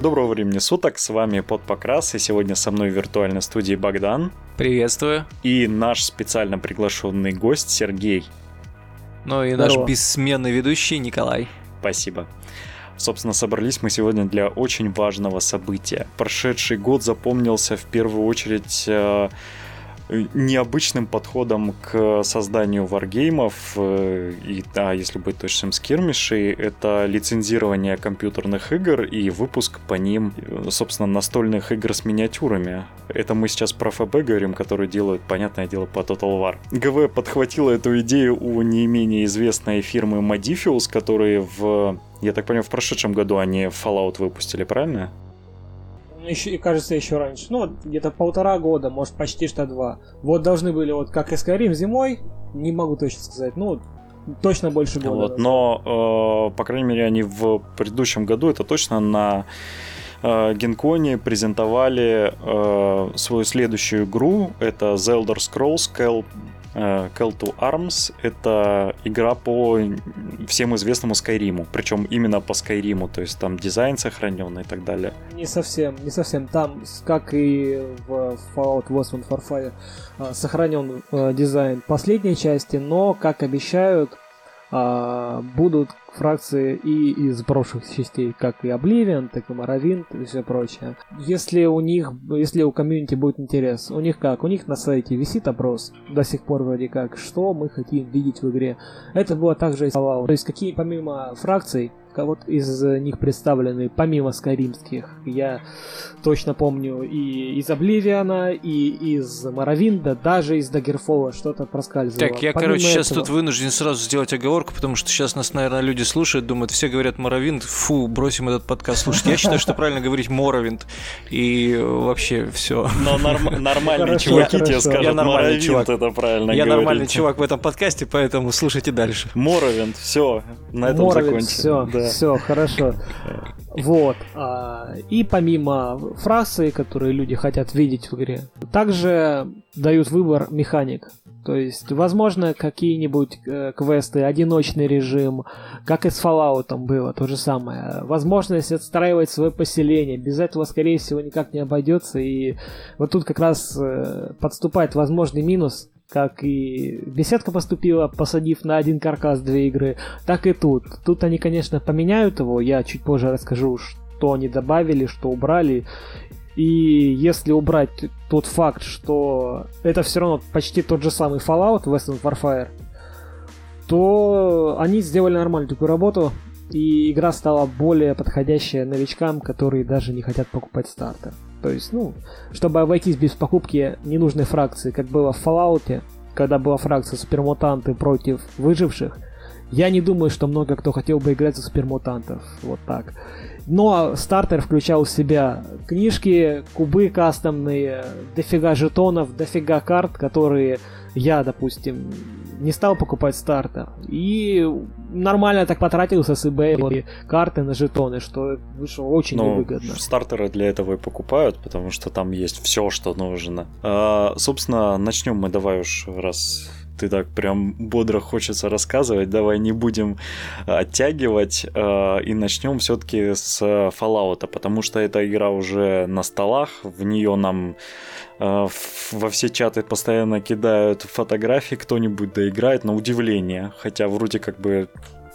Доброго времени суток, с вами Подпокрас, и сегодня со мной в виртуальной студии Богдан. Приветствую. И наш специально приглашенный гость Сергей. Ну и наш бессменный ведущий Николай. Спасибо. Собственно, собрались мы сегодня для очень важного события. Прошедший год запомнился в первую очередь необычным подходом к созданию варгеймов и, если быть точным, скирмишей, это лицензирование компьютерных игр и выпуск по ним, собственно, настольных игр с миниатюрами. Это мы сейчас про ФБ говорим, которые делают, понятное дело, по Total War. ГВ подхватила эту идею у не менее известной фирмы Modifius, которые я так понимаю, в прошедшем году они Fallout выпустили, правильно? И кажется, еще раньше. Где-то 1,5 года, может, почти что 2. Вот должны были, как и Skyrim зимой, не могу точно сказать, точно больше года. Но, по крайней мере, они в предыдущем году, это точно на Генконе презентовали свою следующую игру. Это The Elder Scrolls Call to Arms. Это игра по всем известному Скайриму. Причем именно по Скайриму. То есть там дизайн сохранен и так далее. Не совсем. Там, как и в Fallout Westland Warfare, сохранен дизайн последней части, но, как обещают, будут фракции и из прошлых частей, как и Oblivion, так и Morrowind и все прочее. Если у комьюнити будет интерес, у них на сайте висит опрос, до сих пор вроде как, что мы хотим видеть в игре. Это было также и Fallout. То есть какие помимо фракций, вот из них представлены, помимо скайримских, я точно помню и из Обливиана, и из Morrowind'а, даже из Daggerfall'а что-то проскальзывало. Так, я, сейчас тут вынужден сразу сделать оговорку, потому что сейчас нас, наверное, люди слушают, думают, все говорят Morrowind, фу, бросим этот подкаст слушать. Я считаю, что правильно говорить Morrowind, и вообще все. Но нормальные чуваки тебе скажут, Morrowind это правильно говорить. Я нормальный чувак в этом подкасте, поэтому слушайте дальше. Morrowind, все, на этом закончим. Все, хорошо. Вот. И помимо фракций, которые люди хотят видеть в игре, также дают выбор механик. То есть, возможно, какие-нибудь квесты, одиночный режим, как и с Fallout было, то же самое. Возможность отстраивать свое поселение. Без этого, скорее всего, никак не обойдется. И вот тут как раз подступает возможный минус, как и беседка поступила, посадив на один каркас 2 игры, так и тут. Тут они, конечно, поменяют его, я чуть позже расскажу, что они добавили, что убрали. И если убрать тот факт, что это все равно почти тот же самый Fallout Westland Warfare, то они сделали нормальную такую работу, и игра стала более подходящая новичкам, которые даже не хотят покупать стартер. То есть, чтобы обойтись без покупки ненужной фракции, как было в Fallout, когда была фракция супермутанты против выживших, я не думаю, что много кто хотел бы играть за супермутантов. Вот так. Но стартер включал в себя книжки, кубы кастомные, дофига жетонов, дофига карт, которые я, допустим, не стал покупать стартер. И нормально так потратился с eBay карты на жетоны, что вышло очень невыгодно. Стартеры для этого и покупают, потому что там есть все, что нужно. Собственно, начнем мы, давай уж, раз ты так прям бодро хочется рассказывать, давай не будем оттягивать и начнем все-таки с Fallout, потому что эта игра уже на столах, в нее нам во все чаты постоянно кидают фотографии, кто-нибудь доиграет, на удивление, хотя вроде как бы...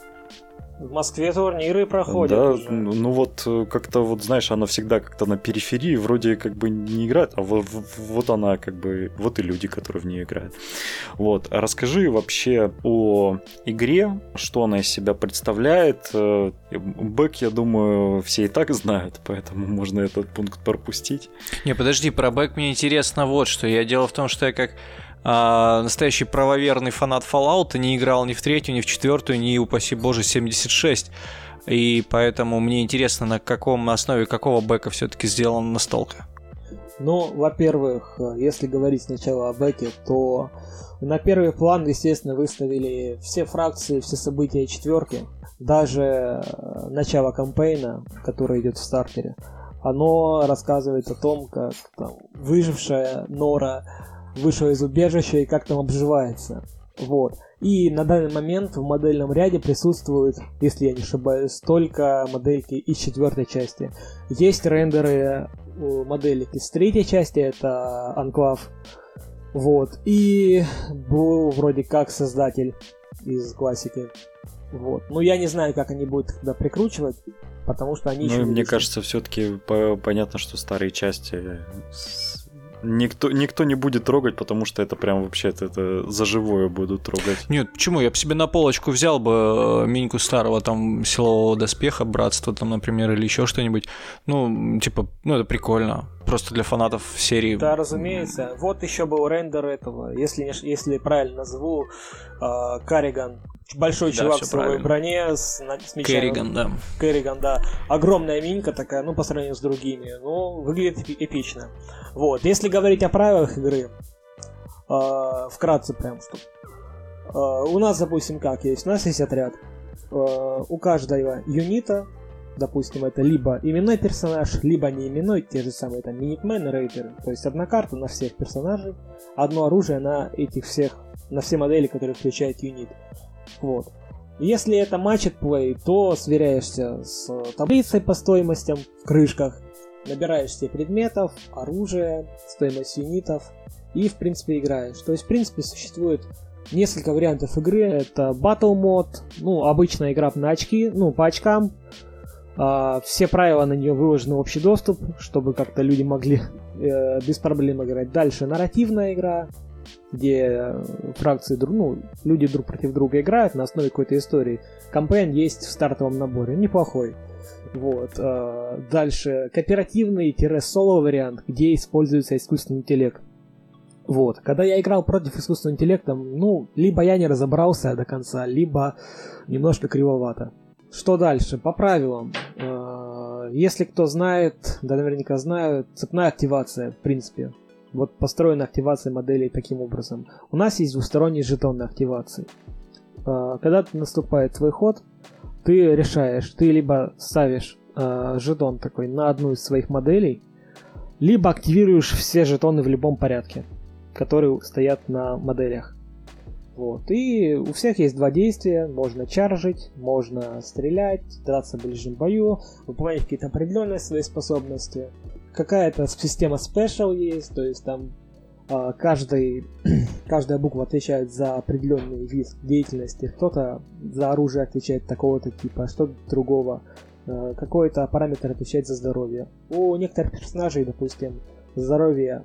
В Москве турниры проходят. Да, уже. как-то, знаешь, она всегда как-то на периферии, вроде как бы не играет, а вот она как бы, вот и люди, которые в нее играют. Вот, расскажи вообще о игре, что она из себя представляет. Бэк, я думаю, все и так знают, поэтому можно этот пункт пропустить. Не, подожди, про бэк мне интересно вот что. Дело в том, что я как... настоящий правоверный фанат Fallout не играл ни в 3-ю, ни в 4-ю, ни, упаси боже, 76. И поэтому мне интересно, на основе какого бэка все-таки сделана настолка. Во-первых, если говорить сначала о бэке, то на первый план, естественно, выставили все фракции, все события 4-ки. Даже начало кампейна, которое идет в стартере, оно рассказывает о том, как выжившая Нора вышла из убежища и как там обживается. Вот. И на данный момент в модельном ряде присутствуют, если я не ошибаюсь, только модельки из 4 части. Есть рендеры моделек из 3 части, это Анклав. Вот. И был вроде как создатель из классики. Вот. Ну, я не знаю, как они будут тогда прикручивать, потому что они еще... Ну, мне кажется, все-таки понятно, что старые части никто не будет трогать, потому что это прям вообще-то это за живое будут трогать. Нет, почему? Я бы себе на полочку взял бы миньку старого там силового доспеха, братства там, например, или еще что-нибудь. Ну, типа, ну это прикольно. Просто для фанатов серии. Да, разумеется. Вот еще был рендер этого, если правильно назову, Карриган. Большой чувак в силовой броне с мечом. Керриган, да. Керриган, да. Огромная минька такая, ну, по сравнению с другими. Ну, выглядит эпично. Вот. Если говорить о правилах игры, вкратце прям, что у нас, допустим, как есть? У нас есть отряд. У каждого юнита, допустим, это либо именной персонаж, либо не именной, те же самые там минитмены, рейдеры. То есть одна карта на всех персонажей, одно оружие на этих всех, на все модели, которые включает юнит. Вот. Если это matched play, то сверяешься с таблицей по стоимостям в крышках, набираешь себе предметов, оружие, стоимость юнитов и, в принципе, играешь. То есть, в принципе, существует несколько вариантов игры. Это Battle Mode, ну, обычная игра на очки, ну, по очкам. Все правила на нее выложены в общий доступ, чтобы как-то люди могли без проблем играть. Дальше нарративная игра, где фракции, люди друг против друга играют на основе какой-то истории. Кампейн есть в стартовом наборе, неплохой. Вот. Дальше кооперативный-соло вариант, где используется искусственный интеллект. Вот. Когда я играл против искусственного интеллекта, ну, либо я не разобрался до конца, либо немножко кривовато. Что дальше? По правилам. Если кто знает, да наверняка знают, цепная активация, в принципе. Вот построена активация моделей таким образом. У нас есть двусторонние жетоны активации. Когда наступает твой ход, ты решаешь, ты либо ставишь жетон такой на одну из своих моделей, либо активируешь все жетоны в любом порядке, которые стоят на моделях. Вот. И у всех есть два действия. Можно чаржить, можно стрелять, драться в ближнем бою, выполнять какие-то определенные свои способности. Какая-то система special есть, то есть там каждая буква отвечает за определенный вид деятельности. Кто-то за оружие отвечает такого-то типа, что-то другого. Какой-то параметр отвечает за здоровье. У некоторых персонажей, допустим, за здоровье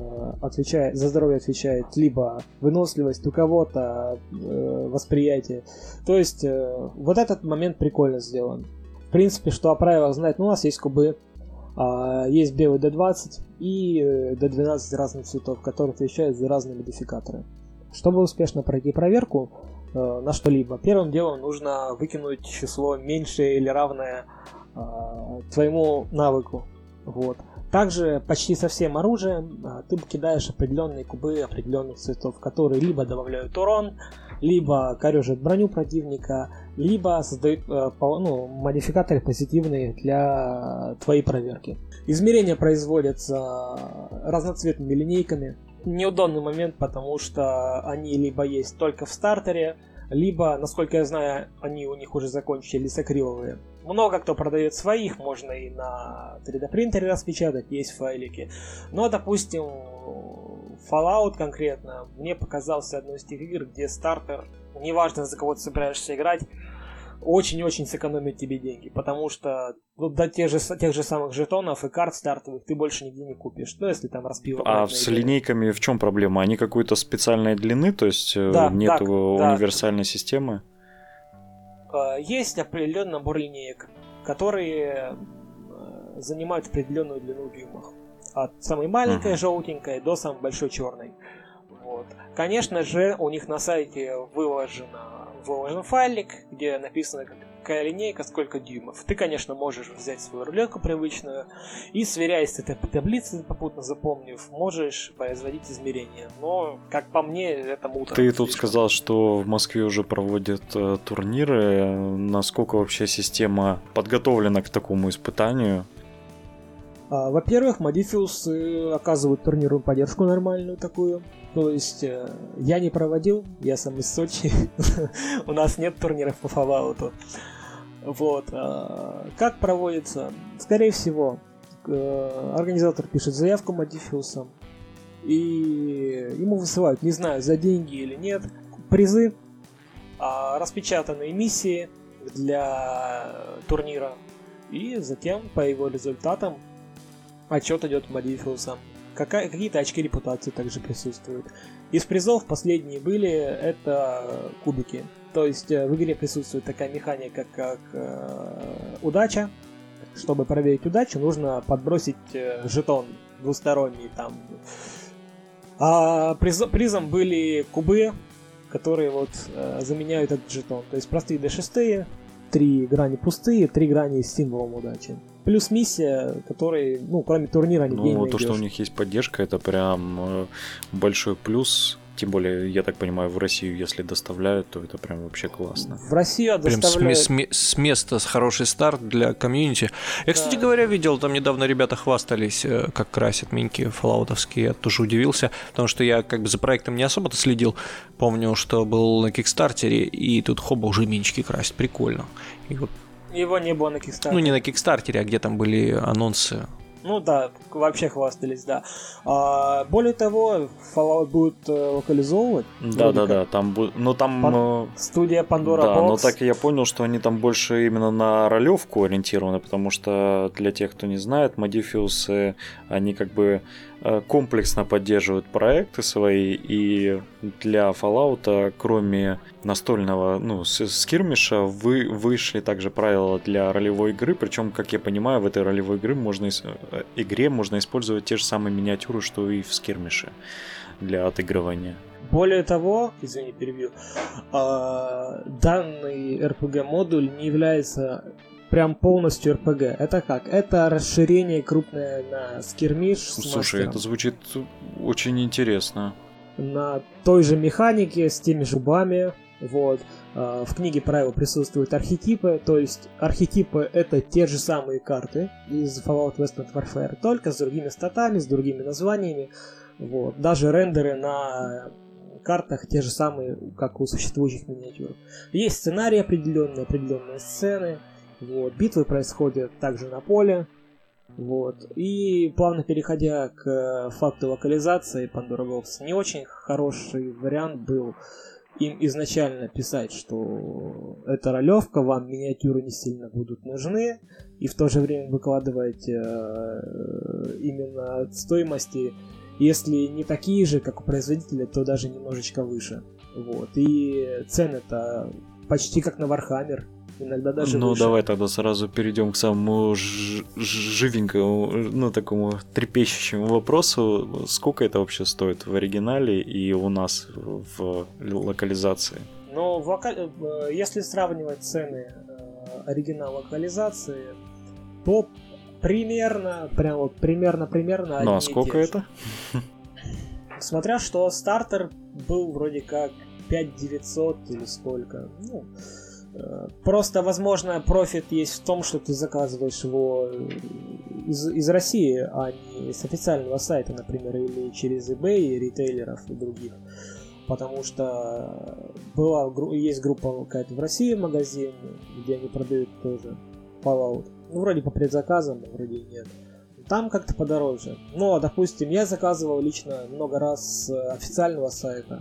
отвечает либо выносливость, у кого-то восприятие. То есть вот этот момент прикольно сделан. В принципе, что о правилах знать, ну, у нас есть кубы, есть белый D20 и D12 разных цветов, которые отвечают за разные модификаторы. Чтобы успешно пройти проверку на что-либо, первым делом нужно выкинуть число меньшее или равное твоему навыку. Вот. Также почти со всем оружием ты кидаешь определенные кубы определенных цветов, которые либо добавляют урон, либо корежат броню противника, либо создают модификаторы позитивные для твоей проверки. Измерения производятся разноцветными линейками. Неудобный момент, потому что они либо есть только в стартере, либо, насколько я знаю, они у них уже закончились акриловые. Много кто продает своих, можно и на 3D принтере распечатать, есть файлики. Но, допустим, Fallout конкретно мне показался одной из тех игр, где стартер, неважно за кого ты собираешься играть, очень-очень сэкономит тебе деньги, потому что до тех же самых жетонов и карт стартовых ты больше нигде не купишь, ну если там распил. А с линейками в чем проблема? Они какой-то специальной длины, то есть нет универсальной системы? Есть определенный набор линеек, которые занимают определенную длину в дюймах. От самой маленькой желтенькой до самой большой черной. Вот. Конечно же, у них на сайте выложен файлик, где написано, какая линейка, сколько дюймов. Ты, конечно, можешь взять свою рулетку привычную и, сверяясь с этой таблицей, попутно запомнив, можешь производить измерения. Но, как по мне, это муторно. Ты тут сказал, что в Москве уже проводят турниры. Насколько вообще система подготовлена к такому испытанию? Во-первых, Modifius оказывают турнирную поддержку нормальную такую. То есть я не проводил, я сам из Сочи. У нас нет турниров по Fallout. Вот. Как проводится? Скорее всего, организатор пишет заявку Modifius, и ему высылают, не знаю, за деньги или нет, призы, распечатанные миссии для турнира, и затем по его результатам отчет идет Modifius. Какие-то очки репутации также присутствуют. Из призов последние были это кубики. То есть в игре присутствует такая механика, как удача. Чтобы проверить удачу, нужно подбросить жетон двусторонний там. А призом были кубы, которые вот заменяют этот жетон. То есть простые D6, 3 грани пустые, 3 грани с символом удачи. Плюс миссия, которой, кроме турнира, нигде не найдешь. То, что у них есть поддержка, это прям большой плюс. Тем более, я так понимаю, в Россию, если доставляют, то это прям вообще классно. В Россию доставляют... Прям с места, с хороший старт для комьюнити. Я, кстати говоря, видел, там недавно ребята хвастались, как красят миньки фоллаутовские. Я тоже удивился, потому что я как бы за проектом не особо-то следил. Помню, что был на Кикстартере, и тут хоба уже минчики красят. Прикольно. И вот... Его не было на Кикстартере. Не на Кикстартере, а где там были анонсы. Да, вообще хвастались, да. Более того, Fallout будет локализовывать. Да, там будет. Студия Pandora да, Box. Но так я понял, что они там больше именно на ролевку ориентированы, потому что для тех, кто не знает, Modifius, они как бы комплексно поддерживают проекты свои, и для Fallout, кроме настольного, скирмиша, вышли также правила для ролевой игры, причем, как я понимаю, в этой ролевой игре можно использовать те же самые миниатюры, что и в скирмише для отыгрывания. Более того, извини, перебью, данный RPG-модуль не является прям полностью RPG. Это как? Это расширение крупное на скирмиш с Слушай, мастером. это звучит очень интересно. На той же механике, с теми же бами. Вот. В книге правил присутствуют архетипы, то есть архетипы — это те же самые карты из Fallout Western Warfare, только с другими статами, с другими названиями. Вот. Даже рендеры на картах те же самые, как у существующих миниатюр. Есть сценарии определенные сцены. Вот. Битвы происходят также на поле. Вот. И плавно переходя к факту локализации Pandora Box, не очень хороший вариант был им изначально писать, что это ролевка, вам миниатюры не сильно будут нужны, и в то же время выкладывать именно стоимости, если не такие же, как у производителя, то даже немножечко выше. Вот. И цены-то почти как на Warhammer. Иногда даже выше. Давай тогда сразу перейдем к самому живенькому, такому трепещущему вопросу. Сколько это вообще стоит в оригинале и у нас в локализации? Если сравнивать цены оригинал-локализации, то примерно А сколько это? Смотря что, стартер был вроде как 5900 или сколько. Просто, возможно, профит есть в том, что ты заказываешь его из России, а не с официального сайта, например, или через eBay, ритейлеров и других. Потому что есть группа какая-то в России, магазин, где они продают тоже Fallout. Вроде по предзаказам, вроде и нет. Там как-то подороже. Но, допустим, я заказывал лично много раз с официального сайта.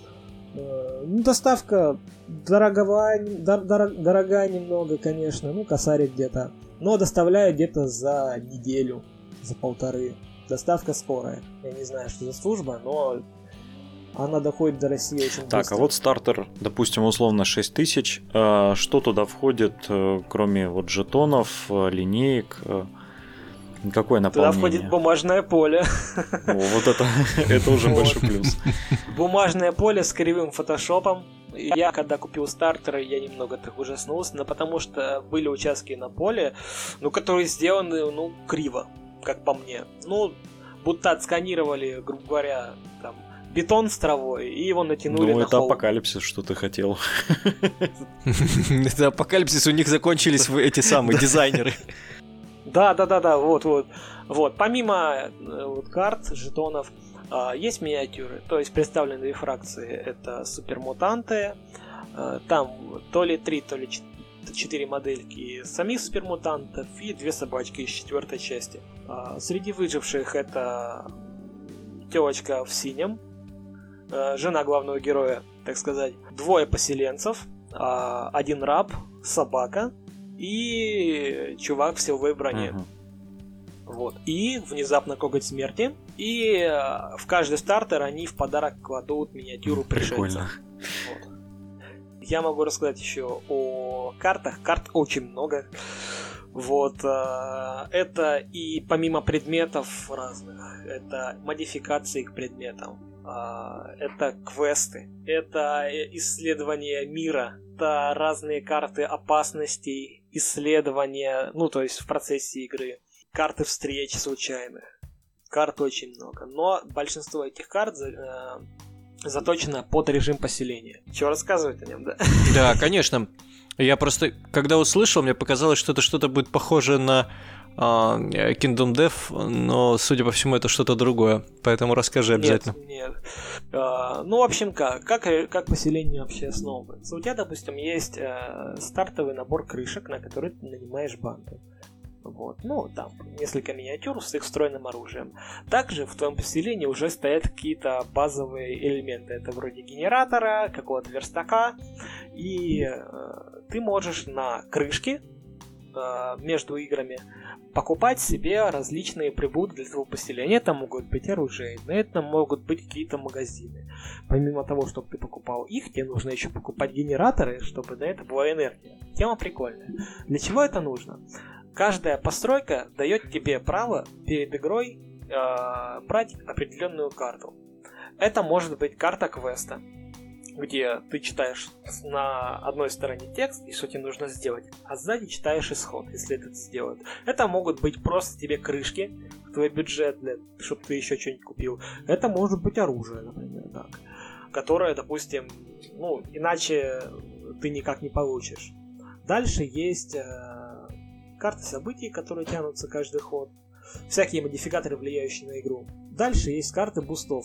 Доставка дорогая немного, конечно, косарик где-то. Но доставляют где-то за неделю, за полторы. Доставка скорая. Я не знаю, что за служба, но она доходит до России очень быстро. Так, а вот стартер, допустим, условно 6000. Что туда входит, кроме жетонов, линеек? Какое наполнение? Туда входит бумажное поле. Вот это уже большой плюс. Бумажное поле с кривым фотошопом. Я когда купил стартеры, я немного так ужаснулся, но потому что были участки на поле, которые сделаны, криво, как по мне. Будто отсканировали, грубо говоря, там, бетон с травой, и его натянули на это холм. апокалипсис, что ты хотел. Это апокалипсис, у них закончились эти самые дизайнеры. Да, вот. Помимо карт, жетонов, есть миниатюры, то есть представленные фракции. Это супермутанты, там то ли 3, то ли 4 модельки самих супермутантов и 2 собачки из 4 части. Среди выживших это тёлочка в синем, жена главного героя, так сказать, 2 поселенцев, 1 раб, собака и чувак в силовой броне. Вот. И внезапно коготь смерти. И в каждый стартер они в подарок кладут миниатюру пришельца. Вот. Я могу рассказать еще о картах. Карт очень много. Вот. Это и помимо предметов разных, это модификации к предметам. Это квесты, это исследование мира, это разные карты опасностей, исследования, то есть в процессе игры, карты встреч случайных. Карт очень много, но большинство этих карт заточено под режим поселения. Чего рассказывать о нем, да? Да, конечно. Я просто, когда услышал, мне показалось, что это что-то будет похоже на Kingdom Death, но, судя по всему, это что-то другое. Поэтому расскажи обязательно. Нет. В общем, как поселение вообще основывается? У тебя, допустим, есть стартовый набор крышек, на который ты нанимаешь банду. Вот. Там несколько миниатюр с их встроенным оружием. Также в твоем поселении уже стоят какие-то базовые элементы. Это вроде генератора, какого-то верстака. И ты можешь на крышке между играми покупать себе различные приборы для твоего поселения. Это могут быть оружейные, это могут быть какие-то магазины. Помимо того, чтобы ты покупал их, тебе нужно еще покупать генераторы, чтобы на это была энергия. Тема прикольная. Для чего это нужно? Каждая постройка дает тебе право перед игрой брать определенную карту. Это может быть карта квеста, где ты читаешь на одной стороне текст и что тебе нужно сделать, а сзади читаешь исход, если это сделать. Это могут быть просто тебе крышки, твой бюджет, чтобы ты еще что-нибудь купил. Это может быть оружие, например, так, которое, допустим, иначе ты никак не получишь. Дальше есть карты событий, которые тянутся каждый ход. Всякие модификаторы, влияющие на игру. Дальше есть карты бустов.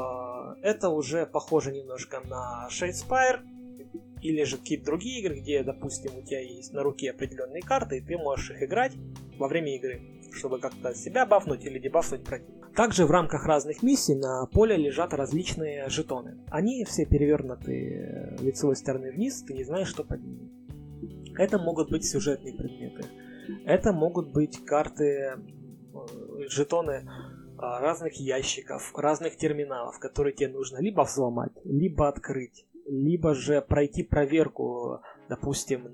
Это уже похоже немножко на Shadespire или же какие-то другие игры, где, допустим, у тебя есть на руке определенные карты, и ты можешь их играть во время игры, чтобы как-то себя бафнуть или дебафнуть противника. Также в рамках разных миссий на поле лежат различные жетоны. Они все перевернуты лицевой стороны вниз, ты не знаешь, что под ними. Это могут быть сюжетные предметы. Это могут быть карты, жетоны разных ящиков, разных терминалов, которые тебе нужно либо взломать, либо открыть, либо же пройти проверку, допустим,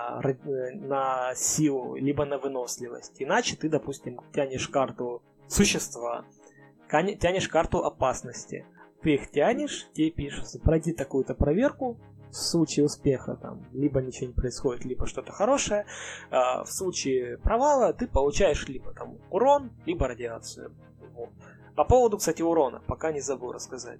на силу, либо на выносливость. Иначе ты, допустим, тянешь карту существа, тянешь карту опасности. Ты их тянешь, тебе пишется, пройди такую-то проверку. В случае успеха там либо ничего не происходит, либо что-то хорошее. В случае провала ты получаешь либо там урон, либо радиацию. Вот. По поводу, кстати, урона, пока не забыл рассказать.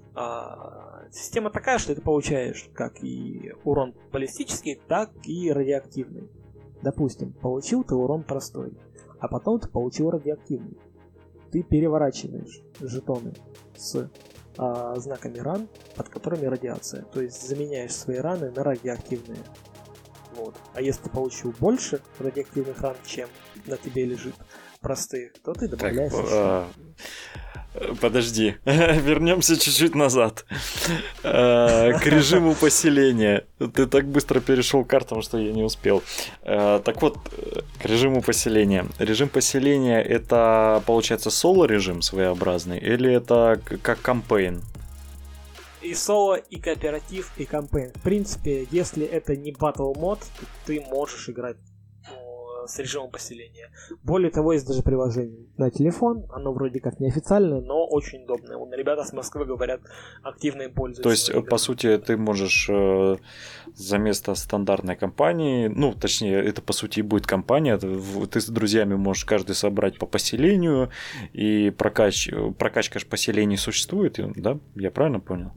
Система такая, что ты получаешь как и урон баллистический, так и радиоактивный. Допустим, получил ты урон простой, а потом ты получил радиоактивный. Ты переворачиваешь жетоны с знаками ран, под которыми радиация. То есть заменяешь свои раны на радиоактивные. Вот. А если ты получил больше радиоактивных ран, чем на тебе лежит простых, то ты добавляешь еще. Подожди, вернемся чуть-чуть назад. К режиму поселения. Ты так быстро перешел к картам, что я не успел. Так вот, к режиму поселения. Режим поселения — это, получается, соло-режим своеобразный, или это как кампейн? И соло, и кооператив, и кампейн. В принципе, если это не батл мод, то ты можешь играть с режимом поселения. Более того, есть даже приложение на телефон. Оно вроде как неофициальное, но очень удобное. Ребята с Москвы говорят, активно им пользуются. То есть, по сути, ты можешь за место стандартной кампании, точнее, это по сути и будет кампания, ты с друзьями можешь каждый собрать по поселению, и прокачка ж поселений существует, да? Я правильно понял?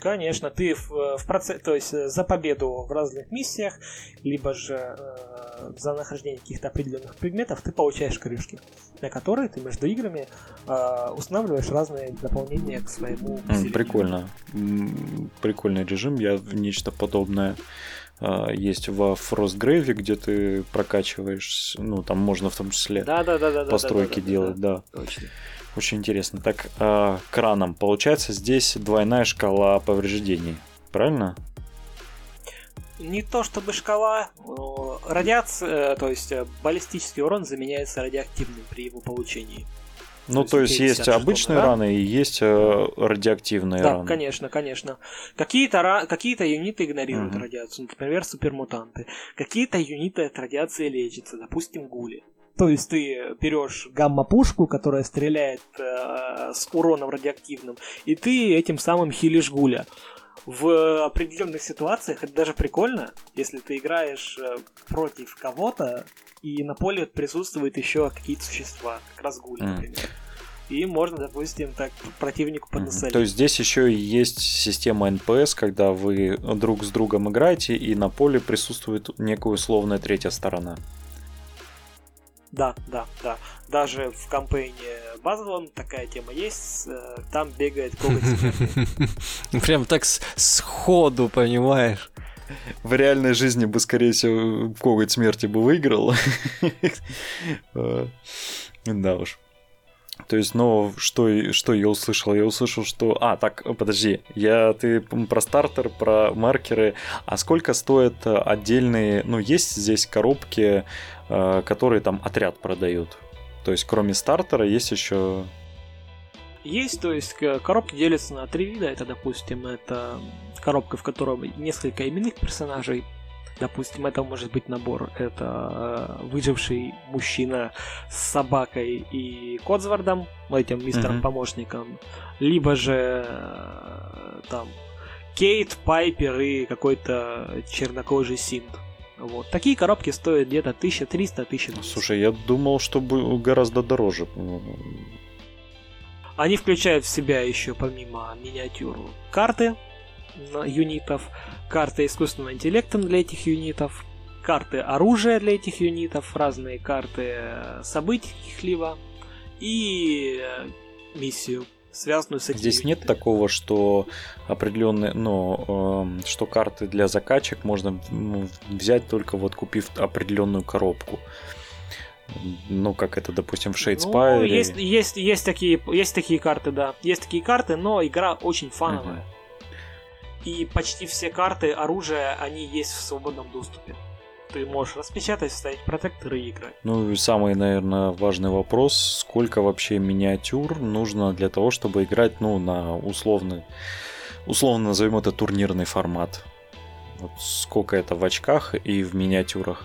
Конечно, ты в процессе, то есть за победу в разных миссиях, либо же за нахождение каких-то определенных предметов ты получаешь крышки, на которые ты между играми устанавливаешь разные дополнения к своему поселению. Прикольно. Прикольный режим, я в нечто подобное есть во Frostgrave, где ты прокачиваешь, ну, там можно в том числе постройки делать, да. Точно. Очень интересно. Так, краном. Получается, здесь двойная шкала повреждений, правильно? Не то чтобы шкала, радиация, то есть баллистический урон заменяется радиоактивным при его получении. Ну, то есть есть обычные раны и есть радиоактивные раны. Да, конечно. Какие-то юниты игнорируют радиацию, например, супермутанты. Какие-то юниты от радиации лечатся, допустим, гули. То есть ты берешь гамма-пушку, которая стреляет с уроном радиоактивным, и ты этим самым хилишь гуля. В определенных ситуациях это даже прикольно, если ты играешь против кого-то, и на поле присутствуют еще какие-то существа, как раз гули, например. И можно, допустим, так противнику поднасолить. То есть здесь еще и есть система НПС, когда вы друг с другом играете, и на поле присутствует некая условная третья сторона. Да. Даже в кампейне базовом такая тема есть. Там бегает коготь смерти. Прям так сходу, понимаешь? В реальной жизни бы, скорее всего, коготь смерти бы выиграл. Да уж. То есть, ну, что я услышал? Я услышал, что... так, подожди. Ты про стартер, про маркеры. А сколько стоят отдельные... Ну, есть здесь коробки, которые там отряд продают? То есть, кроме стартера, есть еще... Есть, то есть, коробки делятся на 3 вида. Это, допустим, это коробка, в которой несколько именных персонажей. Допустим, это может быть набор. Это выживший мужчина с собакой и Кодсвардом, этим мистером-помощником. Либо же там Кейт, Пайпер и какой-то чернокожий синт. Вот. Такие коробки стоят где-то 1300-1200. Слушай, я думал, что гораздо дороже. Они включают в себя еще помимо миниатюр карты юнитов, карты искусственного интеллекта для этих юнитов, карты оружия для этих юнитов, разные карты событий каких-либо и миссию, связанную с этим. Здесь юнитами. Нет такого, что определенные, что карты для закачек можно взять только вот купив определенную коробку. Ну, как это, допустим, в Shadespire. Есть такие карты, да. Есть такие карты, но игра очень фановая. И почти все карты оружия, они есть в свободном доступе. Ты можешь распечатать, вставить протекторы и играть. Ну и самый, наверное, важный вопрос, сколько вообще миниатюр нужно для того, чтобы играть, на условно назовем это турнирный формат. Вот сколько это в очках и в миниатюрах?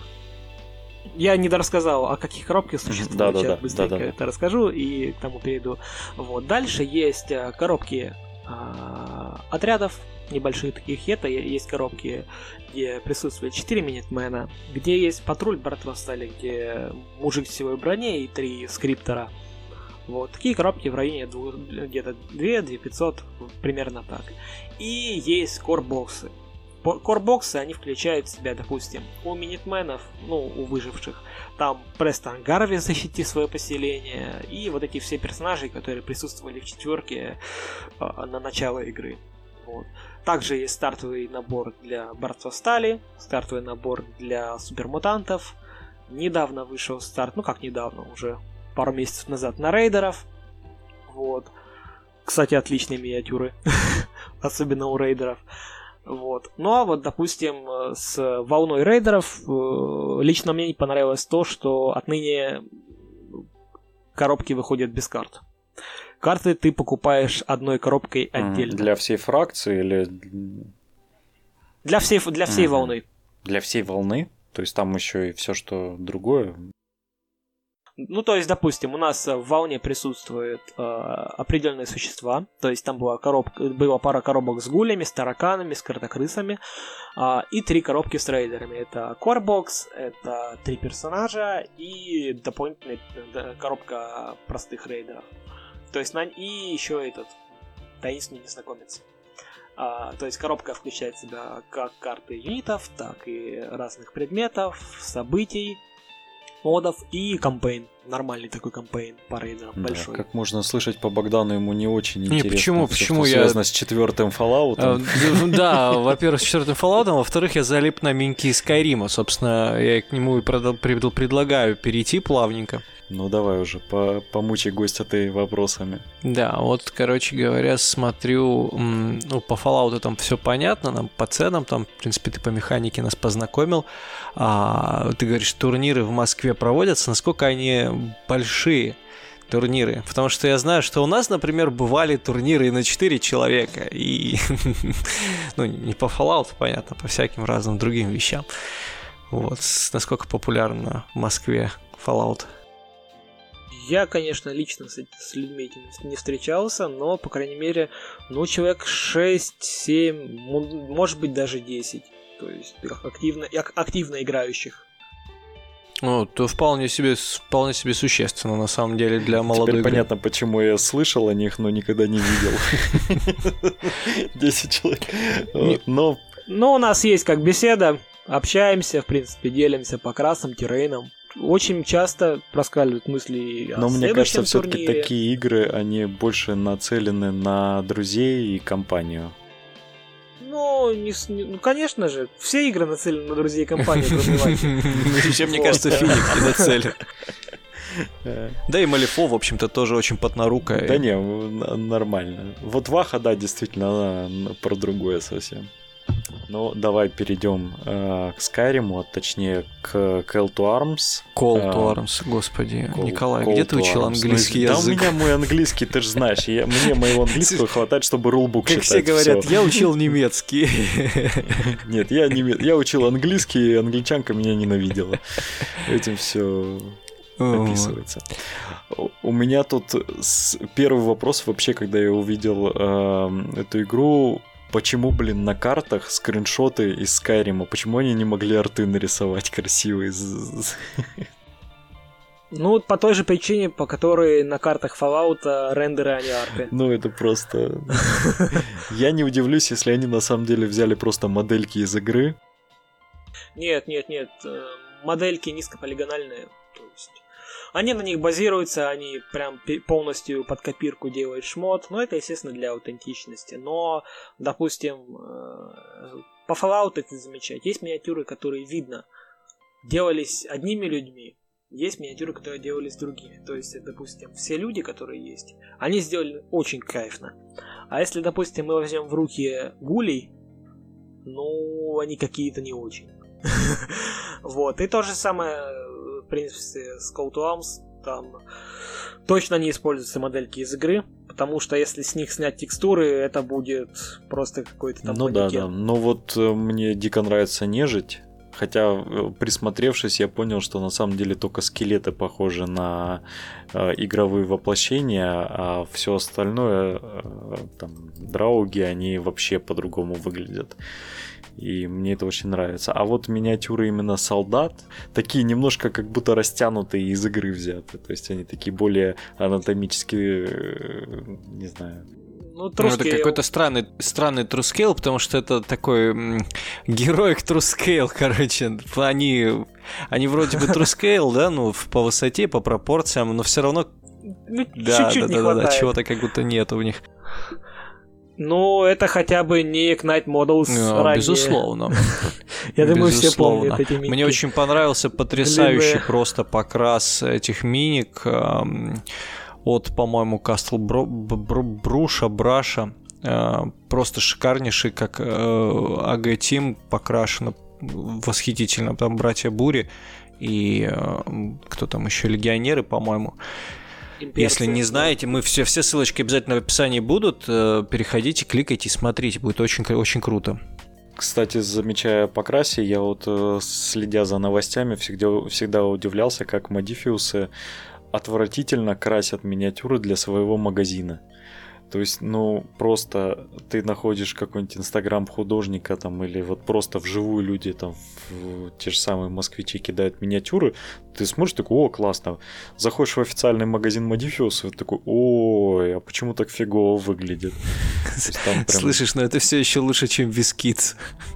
Я не дорассказал, о каких коробках существует. Сейчас быстренько это расскажу и к тому перейду. Вот. Дальше есть коробки отрядов небольших таких. Это есть коробки, где присутствует 4 минитмена, где есть патруль Братства Стали, где мужик в силовой броне и 3 скриптора. Вот. Такие коробки в районе где-то 2-2500, примерно так. И есть корбоксы. Корбоксы, они включают в себя, допустим, у минитменов, у выживших, там Престон Гарви защити свое поселение, и вот эти все персонажи, которые присутствовали в 4 на начало игры. Вот. Также есть стартовый набор для Братства Стали, стартовый набор для супермутантов. Недавно вышел старт, уже пару месяцев назад, на рейдеров. Вот. Кстати, отличные миниатюры, особенно у рейдеров. Вот. Ну а вот, допустим, с волной рейдеров лично мне не понравилось то, что отныне коробки выходят без карт. Карты ты покупаешь одной коробкой отдельно. Для всей фракции или... Для всей волны. Для всей волны? То есть там еще и все, что другое? Ну, то есть, допустим, у нас в волне присутствуют определенные существа. То есть там была пара коробок с гулями, с тараканами, с картокрысами. И 3 коробки с рейдерами. Это корбокс, это 3 персонажа и дополнительная коробка простых рейдеров. То есть, и еще этот таинственный незнакомец. То есть коробка включает в себя как карты юнитов, так и разных предметов, событий, модов и кампейн. Нормальный такой кампейн по рейдерам, большой. Как можно слышать по Богдану, ему не очень интересно. Почему что связано с 4-м Fallout. Да, во-первых, с 4-м Fallout, во-вторых, я залип на миньки из Скайрима. Собственно, я к нему и предлагаю перейти плавненько. Ну давай уже, помучай гостя ты вопросами. Да, вот, короче говоря, смотрю, по Fallout там все понятно, нам по ценам, там, в принципе, ты по механике нас познакомил. Ты говоришь, турниры в Москве проводятся, насколько они большие турниры? Потому что я знаю, что у нас, например, бывали турниры на 4 человека, и, не по Fallout, понятно, по всяким разным другим вещам. Вот, насколько популярно в Москве Fallout? Я, конечно, лично с людьми этим не встречался, но, по крайней мере, человек 6-7, может быть, даже 10. То есть активно играющих. То вполне себе существенно, на самом деле, для молодой Теперь понятно, почему я слышал о них, но никогда не видел. 10 человек. Но у нас есть как беседа, общаемся, в принципе, делимся по красным террейнам. Очень часто проскальзывают мысли о но мне кажется, все-таки турнире. такие игры, они больше нацелены на друзей и компанию. Конечно же, все игры нацелены на друзей и компанию, кроме Ваки. Еще, мне кажется, Финик не нацелен. Да и Малифо, в общем-то, тоже очень поднорукая. Да не, нормально. Вот Ваха, да, действительно, она про другое совсем. Ну, давай перейдем к Скайриму, точнее к Call to Arms. Call to Arms, господи. Николай, где ты учил английский язык? Да у меня мой английский, ты же знаешь, мне моего английского хватает, чтобы рулбук читать. Как все говорят, я учил немецкий. Нет, я учил английский, и англичанка меня ненавидела. Этим все описывается. У меня тут первый вопрос вообще, когда я увидел эту игру. Почему, на картах скриншоты из Скайрима? Почему они не могли арты нарисовать красивые? По той же причине, по которой на картах Fallout рендеры, а не арты. Это просто... Я не удивлюсь, если они на самом деле взяли просто модельки из игры. Нет. Модельки низкополигональные. То есть... Они на них базируются, они прям полностью под копирку делают шмот. Это, естественно, для аутентичности. Но, допустим, по Fallout это замечать. Есть миниатюры, которые видно делались одними людьми. Есть миниатюры, которые делались другими. То есть, допустим, все люди, которые есть, они сделали очень кайфно. А если, допустим, мы возьмем в руки гулей, они какие-то не очень. И то же самое... В принципе, с Call to Arms там точно не используются модельки из игры, потому что если с них снять текстуры, это будет просто какой-то там манекен. Да. Мне дико нравится нежить, хотя присмотревшись, я понял, что на самом деле только скелеты похожи на игровые воплощения, а все остальное, там, драуги, они вообще по-другому выглядят. И мне это очень нравится. А вот миниатюры именно солдат, такие немножко как будто растянутые из игры взяты. То есть они такие более анатомически, не знаю. Это какой-то странный трускейл, потому что это такой героик трускейл, короче. Они вроде бы трускейл, да, по высоте, по пропорциям, но все равно... чуть-чуть не хватает. Чего-то как будто нет у них. Это хотя бы не Knight Models ранее. Безусловно. Я думаю, все помнят эти миники. Мне очень понравился потрясающий просто покрас этих миник от, по-моему, Castle Браша. Просто шикарнейший, как AG Team покрашено восхитительно. Там братья Бури и кто там еще, легионеры, по-моему. Если не знаете, мы все ссылочки обязательно в описании будут. Переходите, кликайте, смотрите, будет очень, очень круто. Кстати, замечая по красе, я следя за новостями, всегда удивлялся, как модифиусы отвратительно красят миниатюры для своего магазина. То есть, ну, просто ты находишь какой-нибудь инстаграм художника там, или вот просто вживую люди там, те же самые москвичи кидают миниатюры, ты смотришь, такой, о, классно. Заходишь в официальный магазин Modifius, и такой, ой, а почему так фигово выглядит? Прям... Слышишь, но это все еще лучше, чем Вискидс.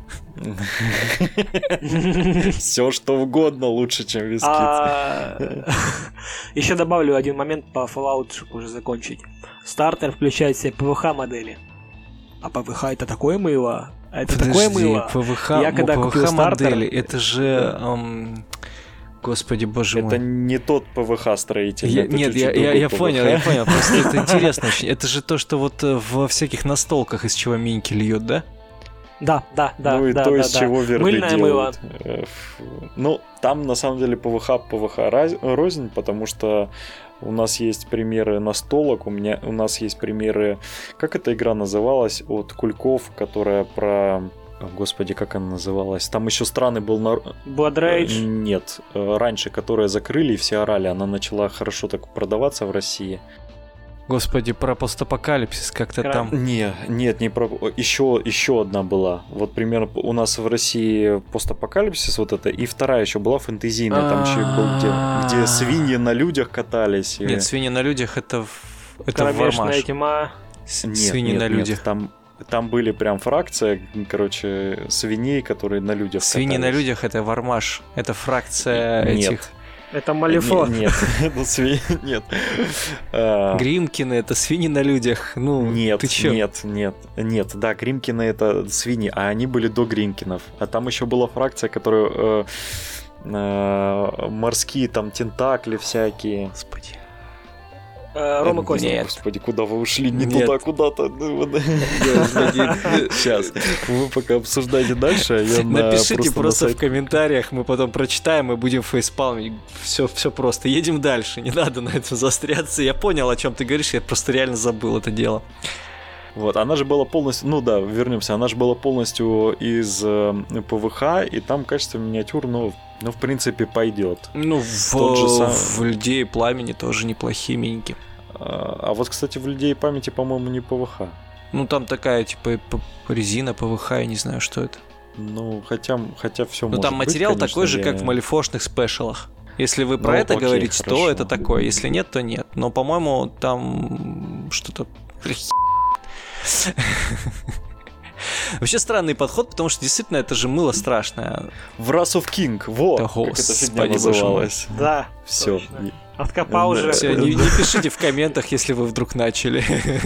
Все, что угодно лучше, чем Вискидс. Еще добавлю один момент по Fallout, чтобы уже закончить. Стартер включает в себя ПВХ-модели. А ПВХ это такое мыло? Это такое мыло? Я когда купил стартер... Это же... Господи, боже мой. Это не тот ПВХ-строитель. Нет, я понял. Просто это интересно очень. Это же то, что вот во всяких настолках из чего миньки льют, да? Да. Ну и то, из чего верды делают. Мыло. Ну, там на самом деле ПВХ рознь, потому что у нас есть примеры настолок, у нас есть примеры... Как эта игра называлась? От Кульков, которая про... Господи, как она называлась? Там еще странный был... Blood Rage? Нет, раньше, которые закрыли и все орали. Она начала хорошо так продаваться в России. Господи, про постапокалипсис как-то там. Нет, не про... Еще одна была. Вот примерно у нас в России постапокалипсис вот это, и вторая еще была фэнтезийная, там еще был, где свиньи на людях катались. Нет, свиньи на людях это Вармаш. Тьма. Свиньи на людях. Там были прям фракция, короче, свиней, которые на людях катались. Свиньи на людях это Вармаш, это фракция этих... Это Малифо. Нет, это нет. Гримкины это свиньи на людях. Ну, нет, ты чё? Нет, да, Гримкины это свиньи, а они были до Гримкинов. А там еще была фракция, которая морские там тентакли всякие. Господи. Рома Костя. Господи, куда вы ушли? Не туда, куда-то. Сейчас. Вы пока обсуждайте дальше, а я напишите просто в комментариях, мы потом прочитаем и будем фейспалмить. Все просто. Едем дальше. Не надо на этом застряться. Я понял, о чем ты говоришь, я просто реально забыл это дело. Вот, она же была полностью, ну да, вернемся, она же была полностью из ПВХ, и там качество миниатюр, ну в принципе, пойдет. Ну, в Льде и Пламени тоже неплохие миньки. А вот, кстати, в Льде и Памяти, по-моему, не ПВХ. Ну, там такая, типа, резина, ПВХ, я не знаю, что это. Ну, хотя все может быть. Ну, там материал конечно, такой же, как в малифошных спешалах. Если вы про это говорите, хорошо. То это такое, если нет, то нет. Но, по-моему, там что-то... Вообще странный подход, потому что действительно это же мыло страшное. В Wrath of King, вот, да, как эта фигня называлась. Да, все. Откопал уже. Все, не пишите в комментах, если вы вдруг начали.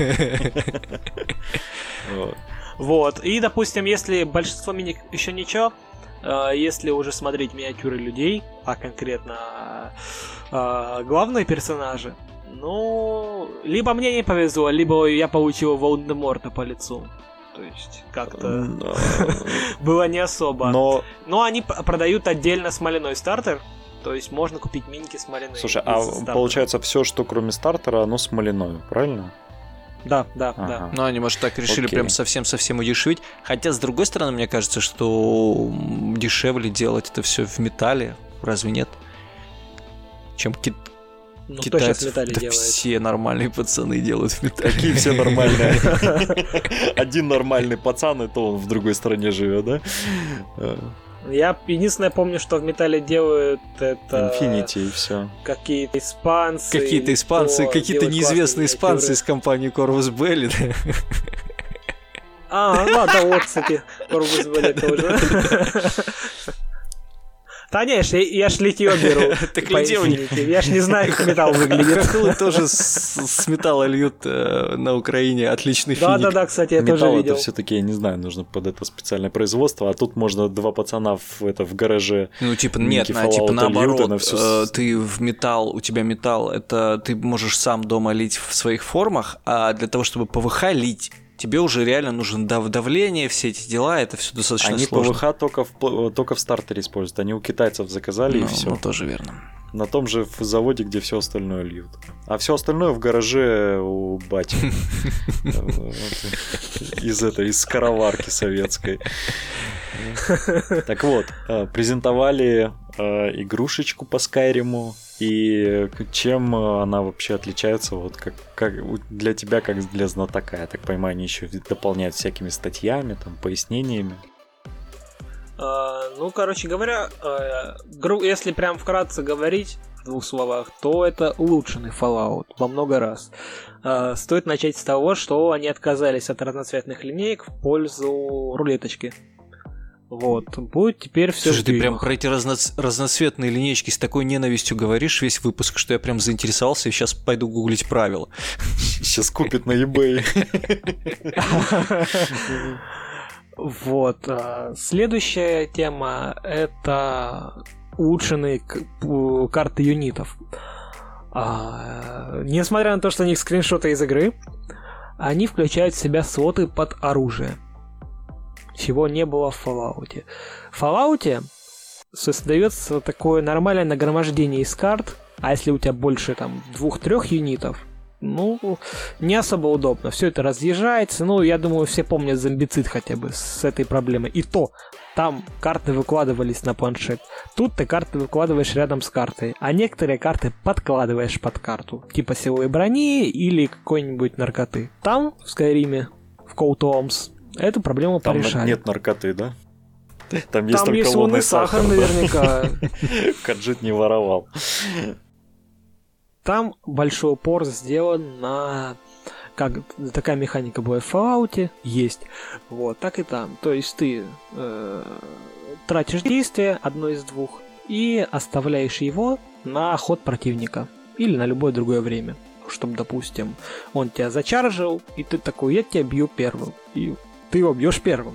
Вот, и, допустим, если большинство миник еще ничего, если уже смотреть миниатюры людей, а конкретно главные персонажи, ну, либо мне не повезло, либо я получил Волан-де-Морта по лицу. То есть, как-то было не особо. Но они продают отдельно смоляной стартер, то есть можно купить миники смоляные. Слушай, а получается все, что кроме стартера, оно смоляное, правильно? Да. Ну, они, может, так решили прям совсем-совсем удешевить. Хотя, с другой стороны, мне кажется, что дешевле делать это все в металле. Разве нет? Чем китайцев. Да делает? Все нормальные пацаны делают в металле. Какие все нормальные? Один нормальный пацан, и то он в другой стране живет, да? Я единственное помню, что в металле делают это... Infinity и все. Какие-то испанцы, какие-то неизвестные испанцы из компании Corvus Belli. Да, вот, кстати, Corvus Belli тоже. Конечно, я ж литье беру. Так литье у них. Я ж не знаю, как металл выглядит. Хохлы тоже с металла льют на Украине. Отличный финик. Да, кстати, я тоже видел. Металл это все-таки, я не знаю, нужно под это специальное производство, а тут можно два пацана в гараже. Ну, типа, нет, типа наоборот. Ты в металл, у тебя металл, это ты можешь сам дома лить в своих формах, а для того, чтобы ПВХ лить, тебе уже реально нужно давление, все эти дела, это все достаточно сложно. Они ПВХ только в стартере используют, они у китайцев заказали и все. Ну, тоже верно. На том же заводе, где все остальное льют. А все остальное в гараже у бати. Из скороварки советской. Так вот, презентовали игрушечку по Скайриму. И чем она вообще отличается, вот как для тебя, как для знатока? Я так понимаю, они еще дополняют всякими статьями, там, пояснениями. Ну, короче говоря, если прям вкратце говорить в двух словах, то это улучшенный Fallout во много раз. Стоит начать с того, что они отказались от разноцветных линеек в пользу рулеточки. Вот, будет теперь все. Слушай, ты прям про эти разноцветные линейки с такой ненавистью говоришь весь выпуск, что я прям заинтересовался и сейчас пойду гуглить правила. Сейчас купит на eBay. Вот. Следующая тема — это улучшенные карты юнитов. Несмотря на то, что у них скриншоты из игры, они включают в себя слоты под оружие, чего не было в Fallout. В Fallout создается такое нормальное нагромождение из карт, а если у тебя больше там 2-3 юнитов, ну, не особо удобно. Все это разъезжается. Ну, я думаю, все помнят зомбицид хотя бы с этой проблемой. И то, там карты выкладывались на планшет. Тут ты карты выкладываешь рядом с картой. А некоторые карты подкладываешь под карту. Типа силовой брони или какой-нибудь наркоты. Там, в Скайриме, в Cold Arms, эту проблему порешали. Там нет наркоты, да? Там есть только есть лунный сахар, наверняка. Каджит не воровал. Там большой упор сделан на... Как такая механика была в Fallout, есть. Вот, так и там. То есть ты тратишь действие, одно из двух, и оставляешь его на ход противника. Или на любое другое время. Чтобы, допустим, он тебя зачаржил, и ты такой, я тебя бью первым. И ты его бьешь первым.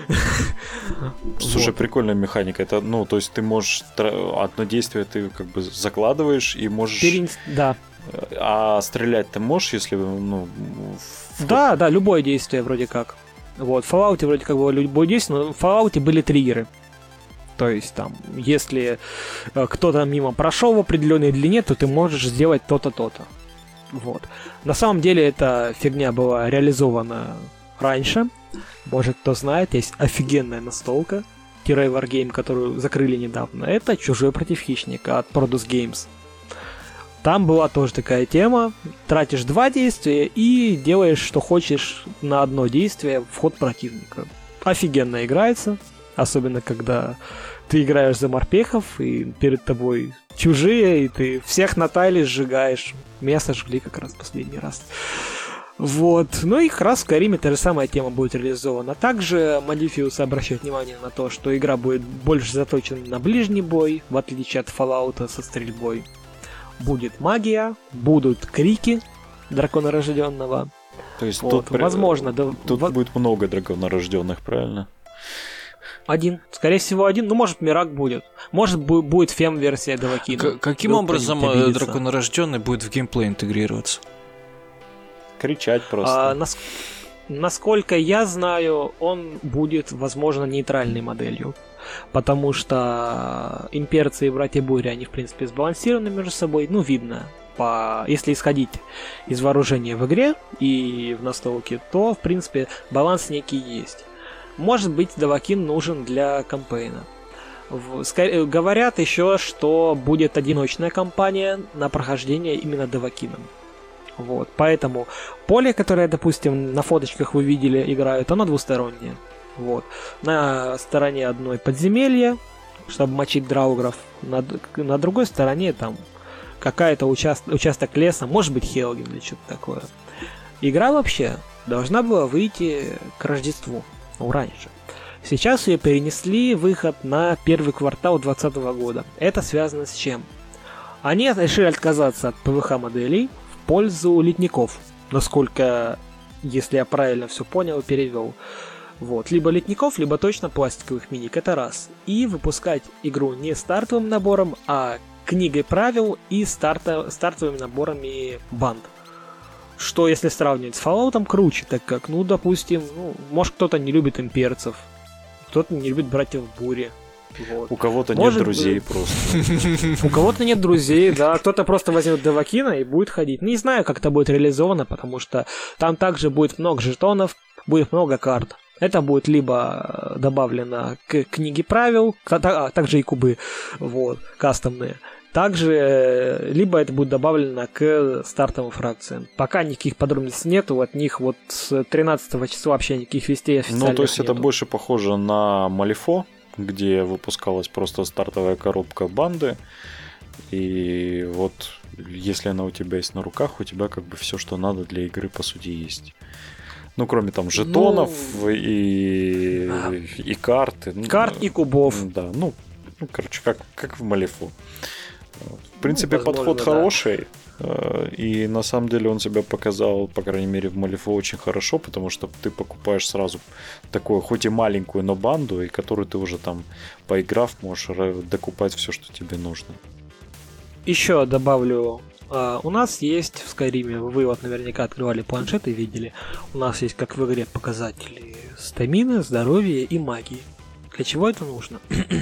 Слушай, прикольная механика. Это, ну, то есть ты можешь одно действие ты как бы закладываешь и можешь. Да. А стрелять ты можешь, если, ну. Да, любое действие вроде как. Вот, в Fallout вроде как было любое действие, но в Fallout были триггеры. То есть там, если кто-то мимо прошел в определенной длине, то ты можешь сделать то-то, то-то. Вот. На самом деле эта фигня была реализована раньше. Может, кто знает, есть офигенная настолка Wargame, которую закрыли недавно. Это «Чужой против хищника» от Produce Games. Там была тоже такая тема. Тратишь 2 действия и делаешь, что хочешь на одно действие в ход противника. Офигенно играется. Особенно, когда ты играешь за морпехов, и перед тобой чужие, и ты всех на тайле сжигаешь. Меня сожгли как раз последний раз. Вот. Ну и как раз в Skyrim та же самая тема будет реализована. Также Malefius обращает внимание на то, что игра будет больше заточена на ближний бой, в отличие от Fallout со стрельбой. Будет магия, будут крики драконорожденного. То есть вот, тут, возможно, тут будет много драконорожденных, правильно? Один. Скорее всего, один. Ну, может, Мирак будет. Может, будет фем-версия Давакина. Каким образом драконорожденный будет в геймплей интегрироваться? Кричать просто. Насколько я знаю, он будет, возможно, нейтральной моделью. Потому что имперцы и братья Бури, они, в принципе, сбалансированы между собой. Ну, видно. Если исходить из вооружения в игре и в настолке, то, в принципе, баланс некий есть. Может быть, Давакин нужен для кампейна. Говорят еще, что будет одиночная кампания на прохождение именно Давакином. Вот, поэтому поле, которое, допустим, на фоточках вы видели, играют, оно двустороннее. Вот. На стороне одной подземелье, чтобы мочить драугров, на другой стороне там какая-то участок леса, может быть Хелген или что-то такое. Игра вообще должна была выйти к Рождеству, раньше. Сейчас ее перенесли выход на первый квартал 2020 года. Это связано с чем? Они решили отказаться от ПВХ моделей в пользу ледников. Насколько, если я правильно все понял и перевел. Вот. Либо ледников, либо точно пластиковых миник. Это раз. И выпускать игру не стартовым набором, а книгой правил и стартовыми наборами банд. Что, если сравнивать с Fallout, круче, так как, ну, допустим, может, кто-то не любит имперцев, кто-то не любит братьев Бури. Вот. У кого-то нет друзей просто. У кого-то нет друзей, да. Кто-то просто возьмет Давакина и будет ходить. Не знаю, как это будет реализовано, потому что там также будет много жетонов, будет много карт. Это будет либо добавлено к книге правил, а также и кубы, вот, кастомные. Также, либо это будет добавлено к стартовым фракциям. Пока никаких подробностей нету, от них вот с 13 числа вообще никаких вестей официальных Ну, то есть нету. это больше похоже на Малифо, где выпускалась просто стартовая коробка банды, и вот если она у тебя есть на руках, у тебя как бы все, что надо для игры, по сути, есть. Ну, кроме там жетонов и карты. Карт и кубов. Да, ну короче, как в Малифо. В принципе, возможно, подход да. хороший. И на самом деле он себя показал, по крайней мере, в Малифо очень хорошо, потому что ты покупаешь сразу такую, хоть и маленькую, но банду, и которую ты уже там, поиграв, можешь докупать все, что тебе нужно. Еще добавлю, у нас есть в Скайриме, вы вот наверняка открывали планшет и видели, у нас есть, как в игре, показатели стамины, здоровья и магии. Для чего это нужно?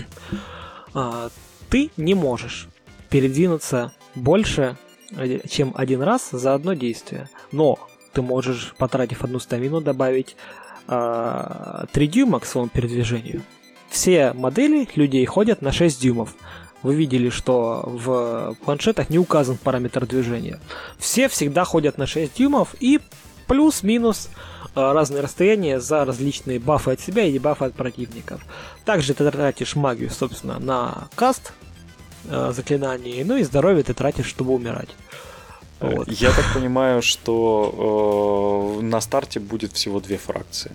Ты не можешь передвинуться больше, чем один раз за одно действие. Но ты можешь, потратив одну стамину, добавить 3 дюйма к своему передвижению. Все модели людей ходят на 6 дюймов. Вы видели, что в планшетах не указан параметр движения. Все всегда ходят на 6 дюймов и плюс-минус разные расстояния за различные бафы от себя и дебафы от противников. Также ты тратишь магию, собственно, на каст заклинаний, ну и здоровье ты тратишь, чтобы умирать. Вот. Я так понимаю, что на старте будет всего 2 фракции.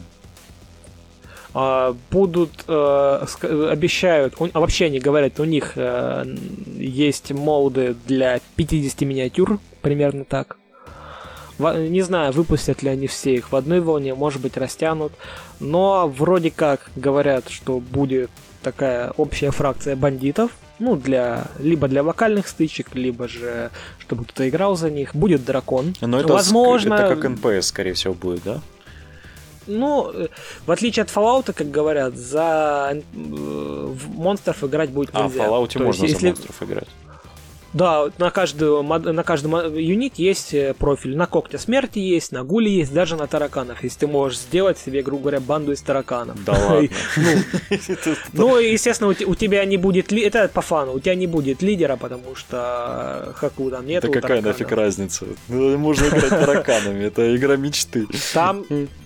Будут, обещают, вообще они говорят, у них есть моды для 50 миниатюр, примерно так. Не знаю, выпустят ли они все их в одной волне, может быть, растянут, но вроде как говорят, что будет такая общая фракция бандитов, ну, либо для локальных стычек, либо же, чтобы кто-то играл за них. Будет дракон. Но это, возможно, это как НПС, скорее всего, будет, да? Ну, в отличие от Fallout, как говорят, за монстров играть будет нельзя. В Fallout То можно есть, за монстров играть. Да, на каждый юнит есть профиль. На Когтя Смерти есть, на Гуле есть, даже на тараканов. Если ты можешь сделать себе, грубо говоря, банду из тараканов. Да ладно. Ну, естественно, у тебя не будет... Это по фану. У тебя не будет лидера, потому что Хаку там нету. Да какая нафиг разница? Можно играть тараканами. Это игра мечты. Там...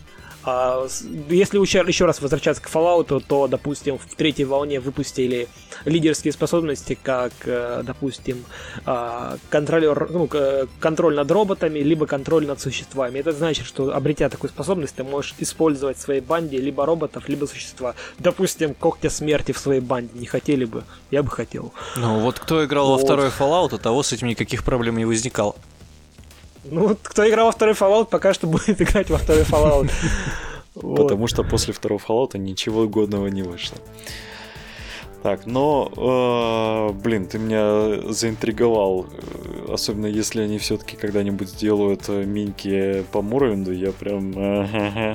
Если еще раз возвращаться к Fallout, то, допустим, в 3-й волне выпустили лидерские способности, как, допустим, контроль над роботами, либо контроль над существами. Это значит, что, обретя такую способность, ты можешь использовать в своей банде либо роботов, либо существа. Допустим, Когтя Смерти в своей банде не хотели бы? Я бы хотел. Ну вот кто играл во второй Fallout, у того с этим никаких проблем не возникало. Ну, кто играл во второй Fallout, пока что будет играть во второй Fallout. Потому что после второго Fallout ничего годного не вышло. Так, но, блин, ты меня заинтриговал. Особенно если они все-таки когда-нибудь сделают миньки по Муровинду, я прям...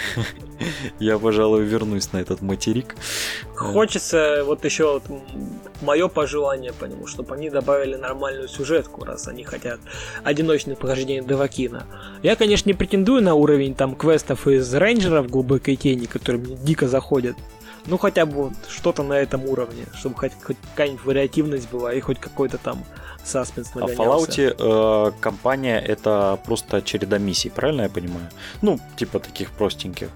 Я, пожалуй, вернусь на этот материк. Хочется вот еще мое пожелание по нему, чтобы они добавили нормальную сюжетку, раз они хотят одиночное прохождение Девакина. Я, конечно, не претендую на уровень там квестов из рейнджеров глубокой тени, которые мне дико заходят. Ну, хотя бы вот что-то на этом уровне, чтобы хоть какая-нибудь вариативность была и хоть какой-то там саспенс нагонялся. А в Fallout кампания — это просто череда миссий, правильно я понимаю? Ну, типа таких простеньких.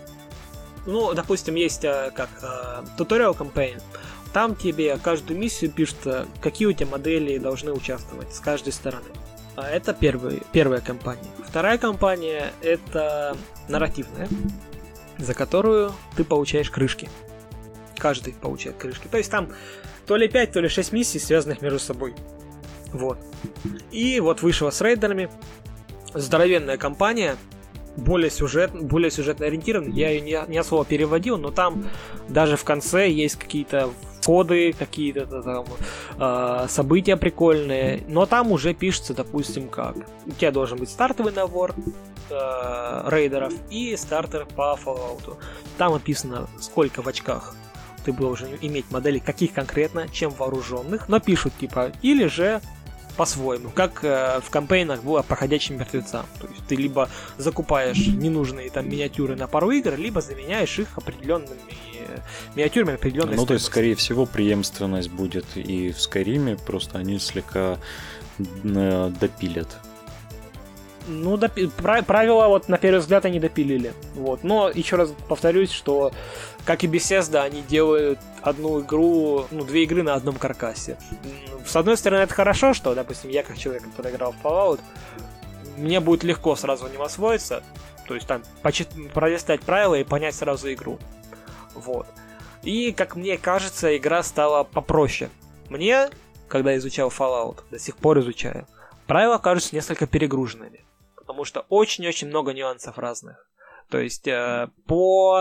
Ну, допустим, есть туториал кампейн. Там тебе каждую миссию пишется, какие у тебя модели должны участвовать с каждой стороны. Это первая кампания. Вторая кампания — это нарративная, за которую ты получаешь крышки. Каждый получает крышки. То есть там то ли 5, то ли 6 миссий, связанных между собой. Вот. И вот вышла с рейдерами. Здоровенная кампания, более сюжетно ориентированная. Я ее не особо переводил, но там даже в конце есть какие-то коды, какие-то там события прикольные. Но там уже пишется, допустим, как. У тебя должен быть стартовый набор рейдеров и стартер по Fallout. Там описано, сколько в очках ты должен иметь моделей, каких конкретно, чем вооруженных, но пишут типа, или же по-своему, как в кампейнах было проходящим мертвецам. То есть ты либо закупаешь ненужные там миниатюры на пару игр, либо заменяешь их определенными миниатюрами определенной Ну, то есть, стоимости. скорее всего, преемственность будет и в Скайриме, просто они слегка допилят. Ну, правила вот на первый взгляд они допилили. Вот. Но еще раз повторюсь, что как и Bethesda, они делают одну игру, ну, 2 игры на одном каркасе. С одной стороны, это хорошо, что, допустим, я как человек, который играл в Fallout, мне будет легко сразу в него освоиться, то есть там пролистать правила и понять сразу игру. Вот. И, как мне кажется, игра стала попроще. Мне, когда изучал Fallout, до сих пор изучаю, правила кажутся несколько перегруженными. Потому что очень-очень много нюансов разных. То есть по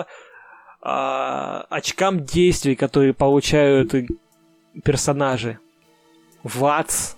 очкам действий, которые получают персонажи, ВАЦ,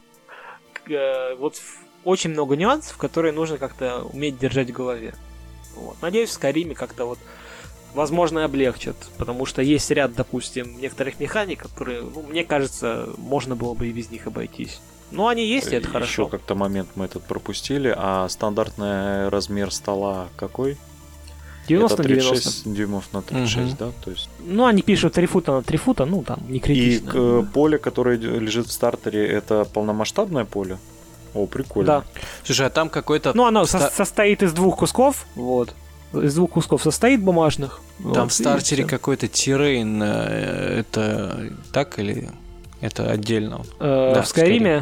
вот очень много нюансов, которые нужно как-то уметь держать в голове. Вот. Надеюсь, в Skyrim как-то вот возможно облегчат, потому что есть ряд, допустим, некоторых механик, которые, ну, мне кажется, можно было бы и без них обойтись. Ну, они есть, и это хорошо. Еще как-то момент мы этот пропустили. А стандартный размер стола какой? 90 это на 36 дюймов на 36, да? То есть... Ну, они пишут 3 фута на 3 фута, ну, там, не критично. И поле, которое лежит в стартере, это полномасштабное поле? О, прикольно. Да. Слушай, а там какой-то... Ну, оно состоит из 2 кусков, вот. Из 2 кусков состоит бумажных. Там вот, в стартере какой-то террейн, это так или это отдельно? Да, в Скайриме?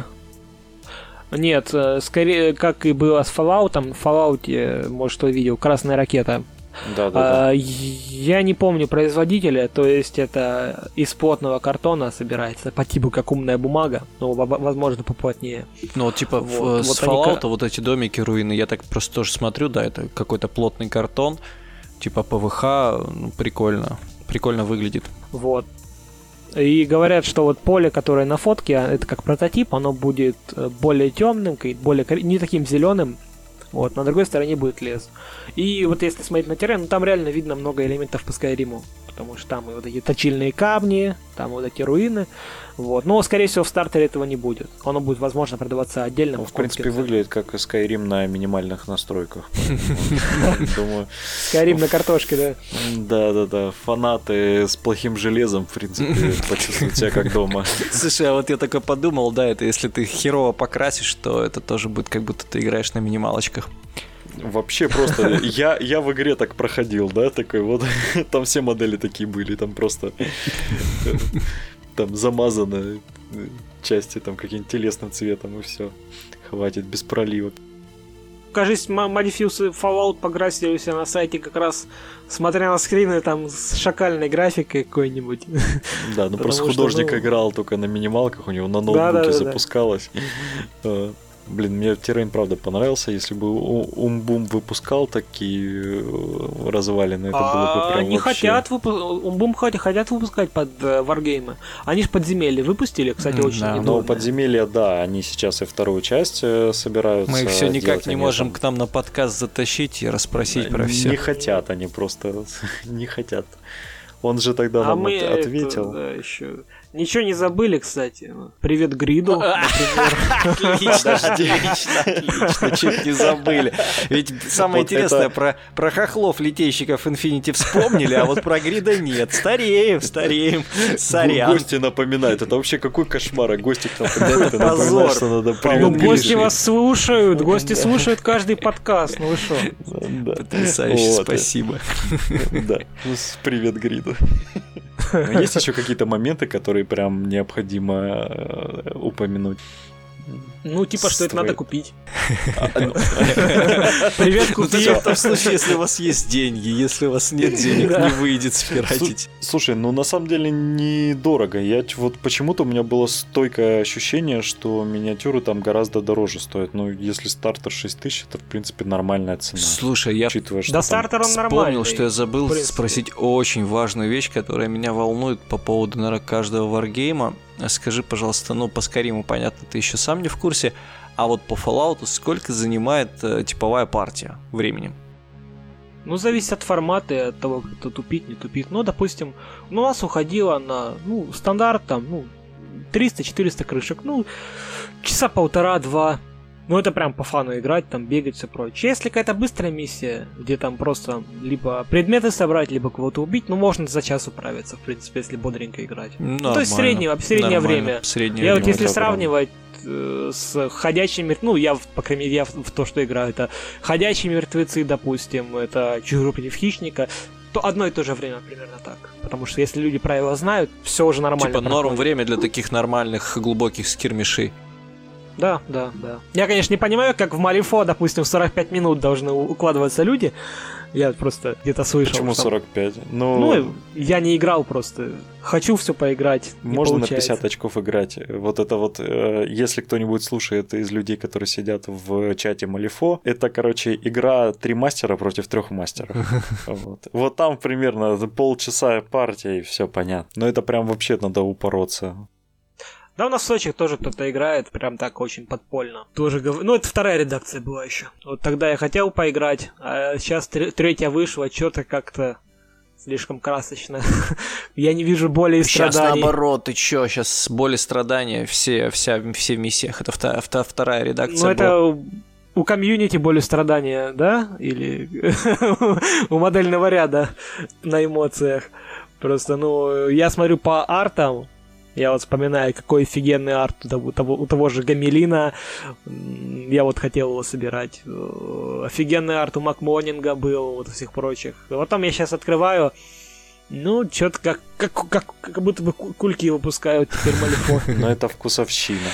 Нет, скорее, как и было с Fallout, в Fallout, может, кто видел, красная ракета. Да. Я не помню производителя, то есть это из плотного картона собирается, по типу как умная бумага, но, возможно, поплотнее. Ну, вот, типа, с Fallout вот эти домики, руины, я так просто тоже смотрю, да, это какой-то плотный картон, типа ПВХ, ну, прикольно выглядит. Вот. И говорят, что вот поле, которое на фотке, это как прототип, оно будет более темным, более не таким зеленым. Вот, на другой стороне будет лес. И вот если смотреть на террен, ну там реально видно много элементов по Скайриму. Потому что там и вот эти точильные камни, там вот эти руины. Вот. Но, скорее всего, в стартере этого не будет. Оно будет, возможно, продаваться отдельно. В принципе, выглядит как Skyrim на минимальных настройках. Думаю. Skyrim на картошке, да? Да. Фанаты с плохим железом, в принципе, почувствуют себя как дома. Слушай, а вот я такой подумал, да, это если ты херово покрасишь, то это тоже будет как будто ты играешь на минималочках. Вообще просто, я в игре так проходил, да, такой вот, там все модели такие были, там просто там замазаны части там каким-нибудь телесным цветом и все, хватит, без проливок. Кажется, Modifius Fallout покрасили у себя на сайте как раз, смотря на скрины, там с шакальной графикой какой-нибудь. Да, ну просто художник играл только на минималках, у него на ноутбуке запускалось. Блин, мне террейн, правда, понравился. Если бы Умбум выпускал такие развалины, это было бы прям они вообще... Умбум хотят выпускать под Wargame. Они же подземелье выпустили, кстати, очень недавно. Но подземелья, да, они сейчас и вторую часть собираются. Мы их все никак не можем к нам на подкаст затащить и расспросить про все. Не хотят они просто, не хотят. Он же тогда нам ответил. Да, еще. Ничего не забыли, кстати. Привет Гриду, например. Отлично, чуть не забыли. Ведь самое интересное, про хохлов-литейщиков Infinity вспомнили, а вот про Грида нет. Стареем, сорян. Гости напоминают, это вообще какой кошмар, а гости к нам приходят, это позор. Гости вас слушают, гости слушают каждый подкаст, ну вы шо? Потрясающе, спасибо. Да, привет Гриду. Есть еще какие-то моменты, которые прям необходимо упомянуть? Ну, типа, что это надо купить. Привет, купи. В том случае, если у вас есть деньги, если у вас нет денег, не выйдет спиратить. Слушай, ну на самом деле недорого. Я вот почему-то у меня было стойкое ощущение, что миниатюры там гораздо дороже стоят. Ну, если стартер 6000, это в принципе нормальная цена. Слушай, я до стартера он нормальный. Вспомнил, что я забыл спросить очень важную вещь, которая меня волнует по поводу, наверное, каждого варгейма. Скажи, пожалуйста, ну по Скайриму, понятно, ты еще сам не в курсе, а вот по Fallout сколько занимает типовая партия времени? Ну, зависит от формата и от того, кто тупит, не тупит. Ну, допустим, у нас уходило на, стандарт там, 300-400 крышек, часа 1,5-2. Ну, это прям по фану играть, там бегать, все прочее. Если какая-то быстрая миссия, где там просто либо предметы собрать, либо кого-то убить, ну, можно за час управиться, в принципе, если бодренько играть. Нормально. То есть среднее время. Среднее Вот если это сравнивать с ходячими, ну, я, по крайней мере, я в то, что играю, это ходячие мертвецы, допустим, это Чужой против хищника, то одно и то же время примерно так. Потому что если люди правила знают, все уже нормально. Типа норм время для таких нормальных глубоких скирмишей. Да. Я, конечно, не понимаю, как в Малифо, допустим, в 45 минут должны укладываться люди. Я просто где-то слышал. Почему что... 45? Ну, я не играл просто. Хочу все поиграть. Можно на 50 очков играть. Вот это вот, если кто-нибудь слушает из людей, которые сидят в чате Малифо, это, короче, игра 3 мастера против 3 мастеров. Вот там примерно полчаса партия, и все понятно. Но это прям вообще надо упороться. Да, у нас в Сочи тоже кто-то играет, прям так очень подпольно. Тоже ну, это вторая редакция была еще. Вот тогда я хотел поиграть, а сейчас третья вышла, что-то как-то слишком красочно. Я не вижу боли и страданий. Сейчас наоборот, ты чё, сейчас боли и страдания все в миссиях. Это вторая редакция. Ну, это у комьюнити боли и страдания, да? Или у модельного ряда на эмоциях. Просто, ну, я смотрю по артам. Я вот вспоминаю, какой офигенный арт у того же Гамелина. Я вот хотел его собирать. Офигенный арт у Макмонинга был, вот у всех прочих. А потом я сейчас открываю, ну, что-то как будто бы кульки выпускают теперь Малифо. Но это вкусовщина.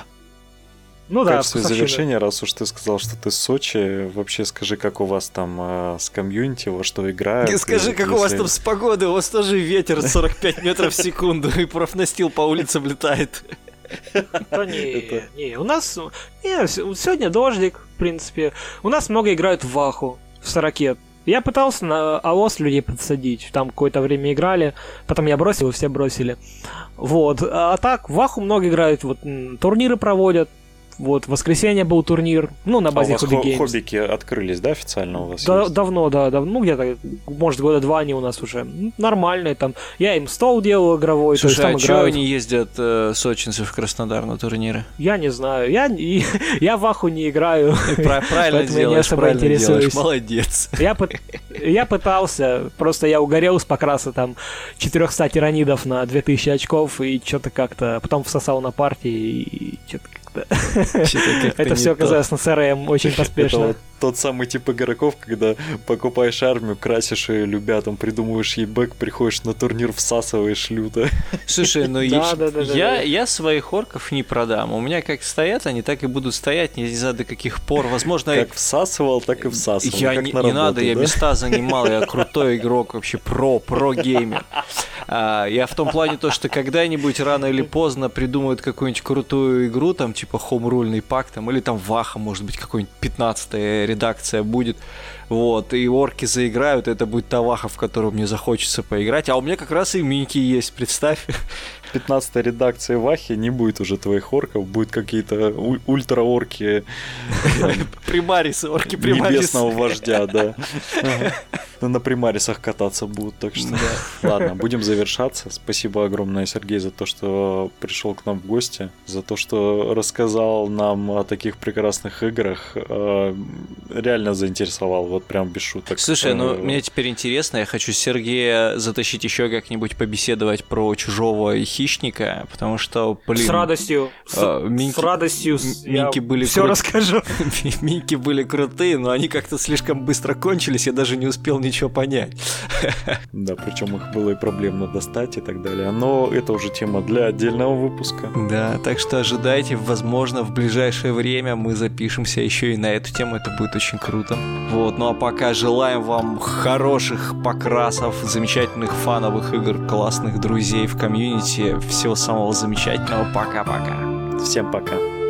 Ну в да, качестве завершения, раз уж ты сказал, что ты с Сочи, вообще скажи, как у вас там с комьюнити, во что играют. Скажи, как у вас там с погодой, у вас тоже ветер 45 метров в секунду, и профнастил по улицам летает. Да не, у нас сегодня дождик, в принципе. У нас много играют в Ваху, в Сорокет. Я пытался на АОС людей подсадить, там какое-то время играли, потом я бросил, и все бросили. Вот, а так, в Ваху много играют, вот турниры проводят. Вот, в воскресенье был турнир, ну, на базе Hobby Games. Хоббики открылись, да, официально у вас? Давно, ну, где-то, может, года 2 они у нас уже нормальные, там, я им стол делал игровой. Слушай, а чё они ездят, сочинцы, в Краснодар на турниры? Я не знаю, я в Аху не играю. Правильно делаешь, молодец. Я пытался, просто я угорел с покраса, там, 400 тиранидов на 2000 очков, и что-то как-то, потом всосал на партии, и что-то это все оказалось на CRM очень поспешно. Это вот тот самый тип игроков, когда покупаешь армию, красишь ее, любя, там придумываешь ей бэк, приходишь на турнир, всасываешь люто. Слушай, ну я своих орков не продам. У меня как стоят они, так и будут стоять, не знаю до каких пор. Возможно, как всасывал, так и всасывал. Не надо, я места занимал, я крутой игрок, вообще про-геймер. Я в том плане то, что когда-нибудь рано или поздно придумают какую-нибудь крутую игру, там типа хоумрульный пак, там, или там Ваха, может быть, какой-нибудь 15-я редакция будет, вот, и орки заиграют, это будет та Ваха, в которую мне захочется поиграть, а у меня как раз и миньки есть, представь. 15-й редакции Вахи не будет уже твоих орков, будут какие-то ультра-орки. Примарисы, орки примарисы. Небесного вождя, да. На примарисах кататься будут, так что... Ладно, будем завершаться. Спасибо огромное, Сергей, за то, что пришел к нам в гости, за то, что рассказал нам о таких прекрасных играх. Реально заинтересовал, вот прям без шуток. Слушай, ну мне теперь интересно, я хочу Сергея затащить еще как-нибудь побеседовать про Чужого и Хищника, потому что, блин... С радостью. С радостью. Миньки были все расскажу. Миньки были крутые, но они как-то слишком быстро кончились, я даже не успел ничего понять. Да, причем их было и проблемно достать и так далее. Но это уже тема для отдельного выпуска. Да, так что ожидайте, возможно, в ближайшее время мы запишемся еще и на эту тему, это будет очень круто. Вот, ну а пока желаем вам хороших покрасов, замечательных фановых игр, классных друзей в комьюнити. Всего самого замечательного. Пока-пока. Всем пока.